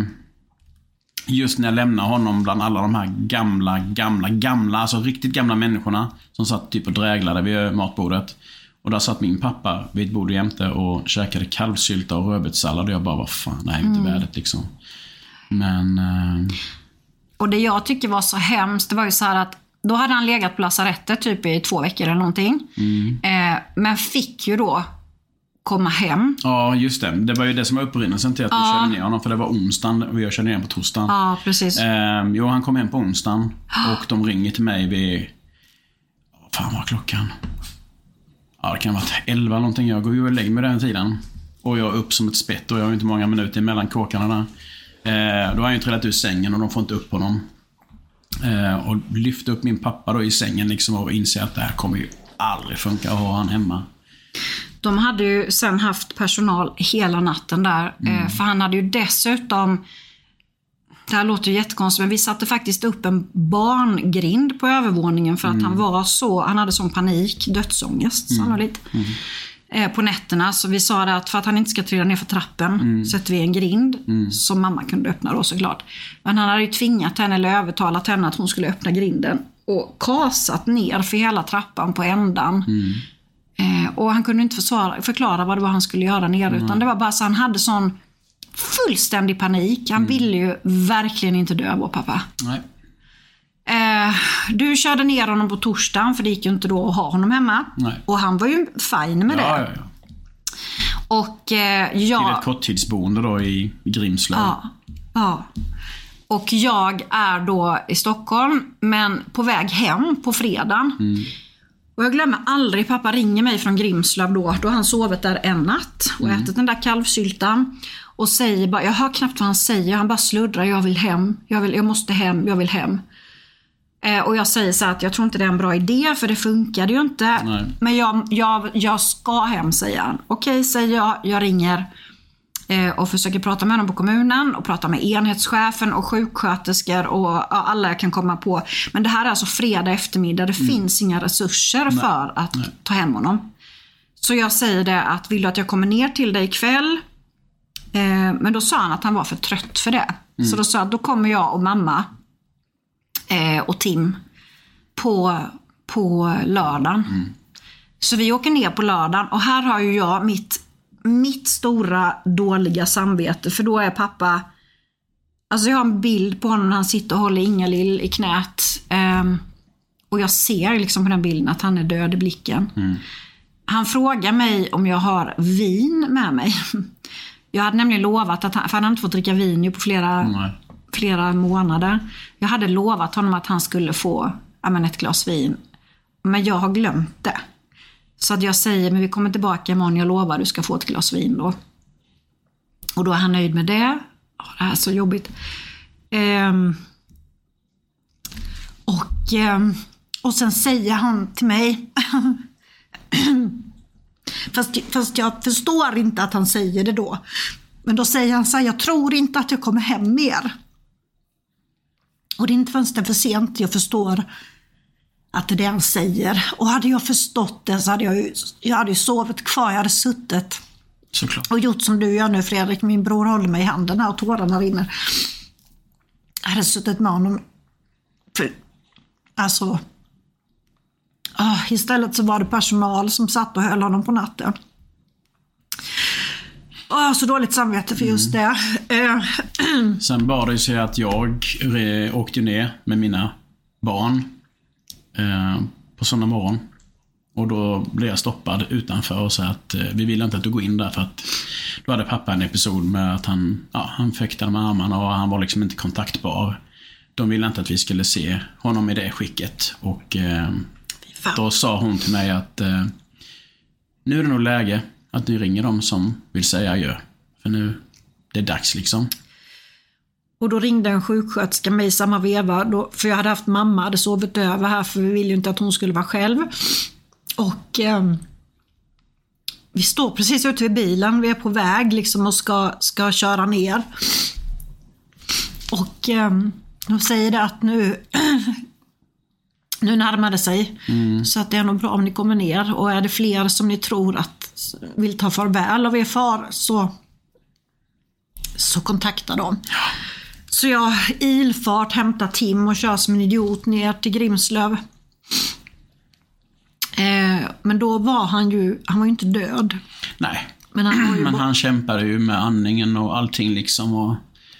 när jag lämnade honom bland alla de här gamla, alltså riktigt gamla människorna som satt typ och dräglade vid matbordet. Och där satt min pappa vid ett bord jämte och käkade kalvsylta och rödbetssallad och jag bara, vad fan, det här är inte värdet liksom. Men... Och det jag tycker var så hemskt, det var ju så här att då hade han legat på lasarettet typ i 2 veckor eller någonting. Men fick ju då komma hem. Ja, just det. Det var ju det som var upprinnelsen till att vi körde ner honom. För det var onsdagen och jag körde ner på torsdagen. Ja, precis. Jo, han kom hem på onsdagen. Och de ringer till mig vid... Fan, vad klockan? Ja, det kan vara 11 någonting. Jag går ju och lägger mig den tiden. Och jag är upp som ett spett och jag har inte många minuter mellan kåkarna där. Då har jag ju trillat ur sängen och de får inte upp honom. Och lyfte upp min pappa då i sängen liksom och inser att det här kommer ju aldrig funka att ha han hemma. De hade ju sen haft personal hela natten där. För han hade ju dessutom... Det här låter ju jättekonstigt, men vi satte faktiskt upp en barngrind på övervåningen för att han hade sån panik, dödsångest sannolikt. På nätterna. Så vi sa det att för att han inte ska trilla ner för trappen sätter vi en grind som mamma kunde öppna då såklart. Men han hade ju tvingat henne eller övertalat henne att hon skulle öppna grinden och kasat ner för hela trappan på ändan. Och han kunde inte förklara vad det var han skulle göra ner, utan det var bara så han hade sån fullständig panik. Han ville ju verkligen inte dö, vår pappa. Nej. Du körde ner honom på torsdagen, för det gick ju inte då att ha honom hemma. Nej. Och han var ju fin med det. Ja. Och till ett korttidsboende då i Grimslöv. Ja. Och jag är då i Stockholm, men på väg hem på fredagen. Och jag glömmer aldrig, pappa ringer mig från Grimslöv då har han sovit där en natt och ätit den där kalvsyltan. Och säger bara, jag hör knappt vad han säger, han bara sluddrar, jag vill hem, jag måste hem, jag vill hem. Och jag säger så här att jag tror inte det är en bra idé, för det funkade ju inte. Nej. Men jag ska hem, säger han. Okej, säger jag ringer och försöker prata med honom på kommunen och prata med enhetschefen och sjuksköterskor och alla jag kan komma på. Men det här är alltså fredag eftermiddag, det finns inga resurser för att ta hem honom. Så jag säger det att, vill du att jag kommer ner till dig ikväll? Men då sa han att han var för trött för det. Så då sa jag att då kommer jag och mamma och Tim på lördagen. Så vi åker ner på lördagen, och här har ju jag mitt stora dåliga samvete, för då är pappa, alltså jag har en bild på honom när han sitter och håller Inga-Lill i knät, och jag ser liksom på den bilden att han är död i blicken. Han frågar mig om jag har vin med mig. Jag hade nämligen lovat att han hade inte fått dricka vin ju på flera månader. Jag hade lovat honom att han skulle få ett glas vin. Men jag har glömt det. Så att jag säger, men vi kommer tillbaka imorgon, jag lovar du ska få ett glas vin då. Och då är han nöjd med det. Det här är så jobbigt. Och sen säger han till mig fast jag förstår inte att han säger det då. Men då säger han så här: jag tror inte att jag kommer hem mer. Och det är inte förrän det är för sent jag förstår att det är det han säger. Och hade jag förstått det så hade jag hade sovit kvar. Jag hade suttit och gjort som du gör nu, Fredrik. Min bror håller mig i handen här och tårarna rinner. Jag hade suttit med honom. Istället så var det personal som satt och höll honom på natten. Så dåligt samvete för just det. Sen var det ju så att jag åkte ner med mina barn på söndag morgon. Och då blev jag stoppad utanför och sa att vi vill inte att du går in där, för att då hade pappa en episod med att han fäktade med armarna och han var liksom inte kontaktbar. De ville inte att vi skulle se honom i det skicket. Och då sa hon till mig att nu är det nog läge att du ringer dem som vill säga adjö. För nu, det är dags liksom. Och då ringde en sjuksköterska mig i samma veva. För jag hade haft mamma, hade sovit över här, för vi ville ju inte att hon skulle vara själv. Och vi står precis ute vid bilen. Vi är på väg liksom och ska köra ner. Och de säger det att nu närmar det sig. Så att det är nog bra om ni kommer ner. Och är det fler som ni tror att vill ta farväl av er far, så kontakta dem. Så jag ilfart hämtar Tim och kör som en idiot ner till Grimslöv. Men då var han var ju inte död. Nej, men han kämpade ju med andningen och allting liksom. Och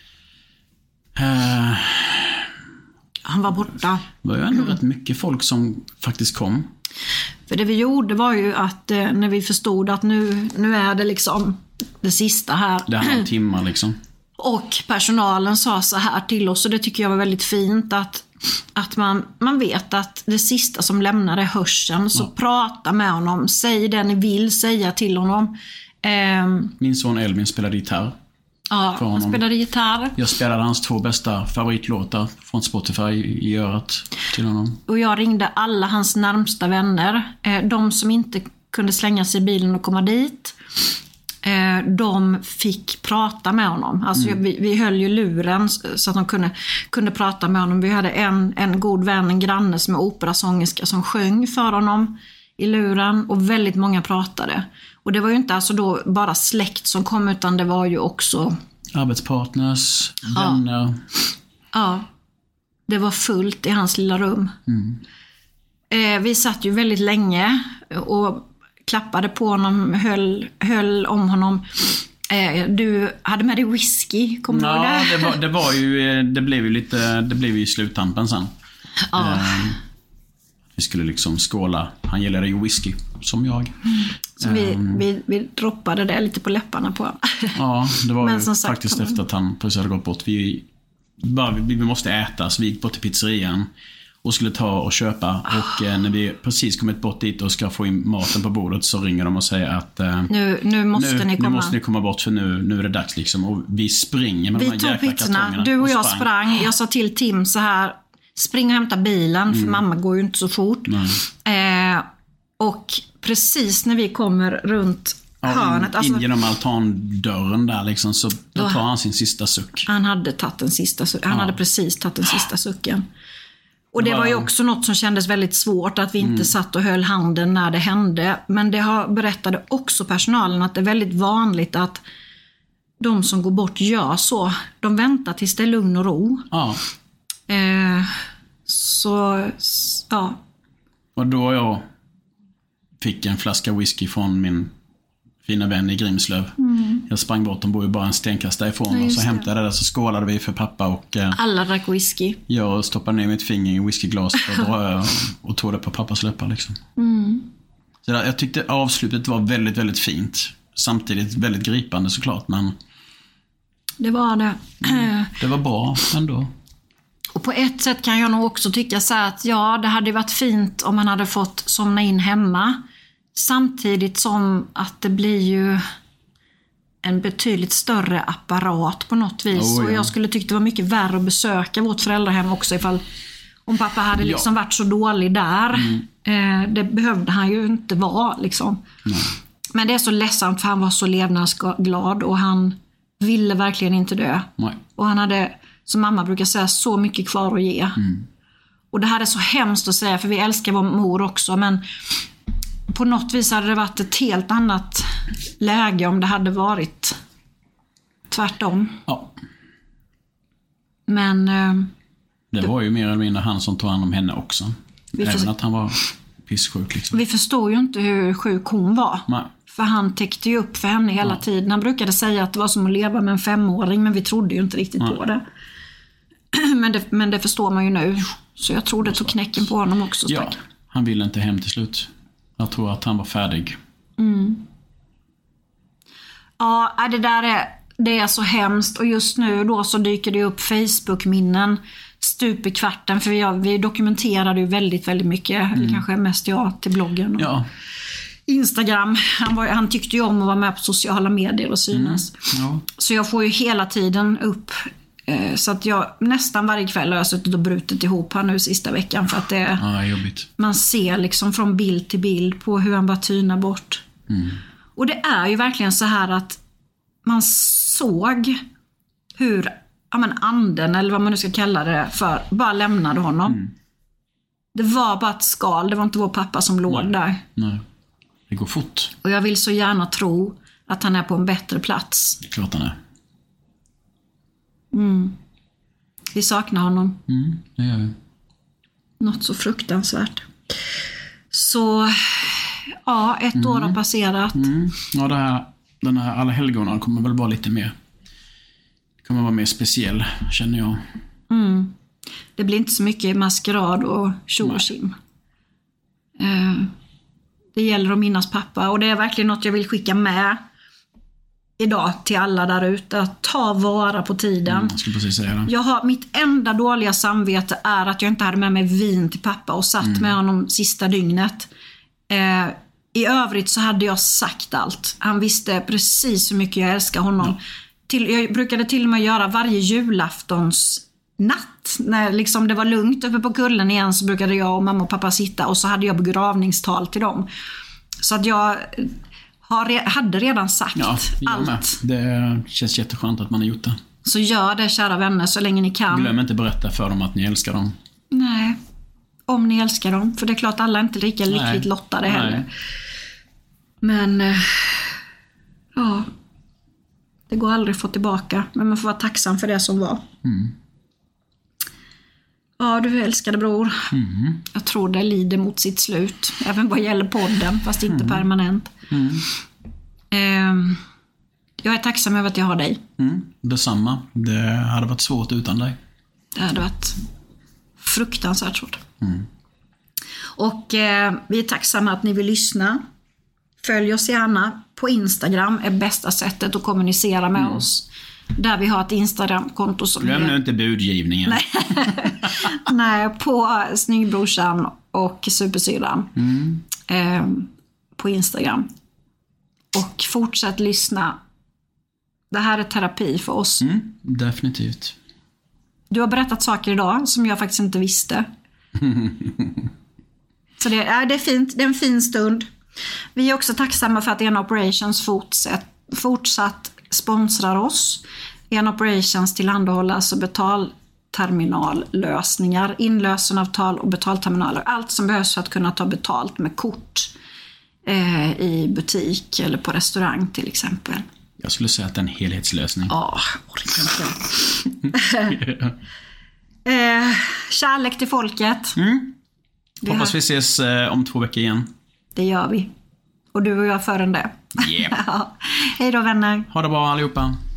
han var borta. Det var ju ändå rätt mycket folk som faktiskt kom. För det vi gjorde var ju att när vi förstod att nu är det liksom det sista här. Det här timmar liksom. Och personalen sa så här till oss, och det tycker jag var väldigt fint, att man vet att det sista som lämnar är hörseln. Så prata med honom, säg det ni vill säga till honom. Min son Elvin spelade gitarr. Ja, han spelade gitarr. Jag spelade hans 2 bästa favoritlåtar från Spotify i örat till honom. Och jag ringde alla hans närmsta vänner. De som inte kunde slänga sig i bilen och komma dit, de fick prata med honom. Alltså vi höll ju luren så att de kunde prata med honom. Vi hade en god vän, en granne som är operasångerska, som sjöng för honom i luren, och väldigt många pratade. Och det var ju inte alltså då bara släkt som kom, utan det var ju också arbetspartners, vänner. Ja, det var fullt i hans lilla rum. Vi satt ju väldigt länge och klappade på honom, höll om honom. Du hade med dig whisky, kommer du ihåg det? Det blev ju sluttampen sen. Ja. Vi skulle liksom skåla. Han gillade ju whisky, som jag. Så vi droppade det lite på läpparna på. Ja, det var ju faktiskt efter att han precis hade gått bort. Vi måste äta, så vi gick bort till pizzerian och skulle ta och köpa. Och när vi precis kommit bort dit och ska få in maten på bordet, så ringer de och säger att nu måste ni komma bort, för nu är det dags liksom. Och vi springer med de här jäkla kartongerna. Du och jag sprang. Jag sa till Tim så här: springa och hämta bilen, för mamma går ju inte så fort. Och precis när vi kommer runt hörnet, in genom altandörren där liksom, så då tar han sin sista suck. Han hade tagit den sista sucken. Han hade precis tagit den sista sucken. Och det var ju också något som kändes väldigt svårt, att vi inte satt och höll handen när det hände. Men det berättade också personalen att det är väldigt vanligt att de som går bort gör så. De väntar tills det är lugn och ro. Ja. Ja. Och då jag fick en flaska whisky från min fina vän i Grimslöv. Jag sprang bort, de bor ju bara en stenkast därifrån. Och så hämtade jag det, så skålade vi för pappa. Och alla drack whisky. Jag stoppade ner mitt finger i whiskyglas och tog det på pappas läppar liksom. Så jag tyckte avslutet var väldigt, väldigt fint. Samtidigt väldigt gripande såklart, men det var det. Det var bra ändå. Och på ett sätt kan jag nog också tycka så här att det hade varit fint om man hade fått somna in hemma. Samtidigt som att det blir ju en betydligt större apparat på något vis. Och jag skulle tycka det var mycket värre att besöka vårt föräldrahem också om pappa hade liksom varit så dålig där. Det behövde han ju inte vara liksom. Men det är så ledsamt, för han var så levnadsglad och han ville verkligen inte dö. Och han hade, som mamma brukar säga, så mycket kvar att ge. Och det här är så hemskt att säga, för vi älskar vår mor också, men på något vis hade det varit ett helt annat läge om det hade varit tvärtom. Ja. Men det var ju mer eller mindre han som tog hand om henne också. Även att han var pisssjuk liksom. Vi förstod ju inte hur sjuk hon var. Nej. För han täckte ju upp för henne hela tiden. Han brukade säga att det var som att leva med en 5-åring, men vi trodde ju inte riktigt på det. Men det förstår man ju nu. Så jag tror det tog knäcken på honom också. Han ville inte hem till slut. Jag tror att han var färdig. Ja, det är så hemskt. Och just nu då så dyker det upp Facebook-minnen stup i kvarten. För vi dokumenterade ju väldigt, väldigt mycket. Kanske mest jag till bloggen och Instagram. Han tyckte ju om att vara med på sociala medier och synas. Så jag får ju hela tiden upp. Så att jag nästan varje kväll har suttit och brutit ihop här nu sista veckan. För att det är jobbigt. Man ser liksom från bild till bild på hur han bara tynar bort. Och det är ju verkligen så här att man såg hur anden, eller vad man nu ska kalla det för, bara lämnade honom. Det var bara ett skal. Det var inte vår pappa som låg där. Nej, det går fort. Och jag vill så gärna tro att han är på en bättre plats. Klart han är. Vi saknar honom. Det gör vi. Något så fruktansvärt. Så ett år har passerat. Ja, den här alla helgona kommer väl vara lite mer, kommer vara mer speciell, känner jag. Det blir inte så mycket maskerad och tjo och tjim. Det gäller att minnas pappa, och det är verkligen något jag vill skicka med idag till alla där ute, att ta vara på tiden. Jag skulle precis säga det. Mitt enda dåliga samvete är att jag inte hade med mig vin till pappa och satt med honom sista dygnet. I övrigt så hade jag sagt allt. Han visste precis hur mycket jag älskar honom. Jag brukade till och med göra varje julaftons natt, när liksom det var lugnt uppe på kullen igen, så brukade jag och mamma och pappa sitta, och så hade jag begravningstal till dem. Så att jag hade redan sagt allt. Med. Det känns jätteskönt att man har gjort det. Så gör det, kära vänner, så länge ni kan. Glöm inte berätta för dem att ni älskar dem. Nej, om ni älskar dem. För det är klart, alla är inte lika lyckligt lottade heller. Men det går aldrig att få tillbaka. Men man får vara tacksam för det som var. Ja, du älskade bror. Jag tror det lider mot sitt slut. Även vad gäller podden, fast inte permanent. Jag är tacksam över att jag har dig. Detsamma. Det hade varit svårt utan dig. Det hade varit fruktansvärt svårt. Och vi är tacksamma att ni vill lyssna. Följ oss gärna på Instagram, är bästa sättet att kommunicera med oss. Där vi har ett Instagram-konto som glöm nu inte budgivningen. Nej, på Snyggbrorsan och Supersyrran på Instagram. Och fortsätt lyssna. Det här är terapi för oss. Definitivt. Du har berättat saker idag som jag faktiskt inte visste. Så det är fint. Det är en fin stund. Vi är också tacksamma för att En Operations fortsatt sponsrar oss. En Operations tillhandahåller alltså betalterminallösningar, inlösenavtal och betalterminaler. Allt som behövs för att kunna ta betalt med kort i butik eller på restaurang till exempel. Jag skulle säga att det är en helhetslösning. Ja, orkar inte. Kärlek till folket. Hoppas vi ses om 2 veckor igen. Det gör vi. Och du och jag förrän det. Yeah. Hej då vänner. Ha det bra allihopa.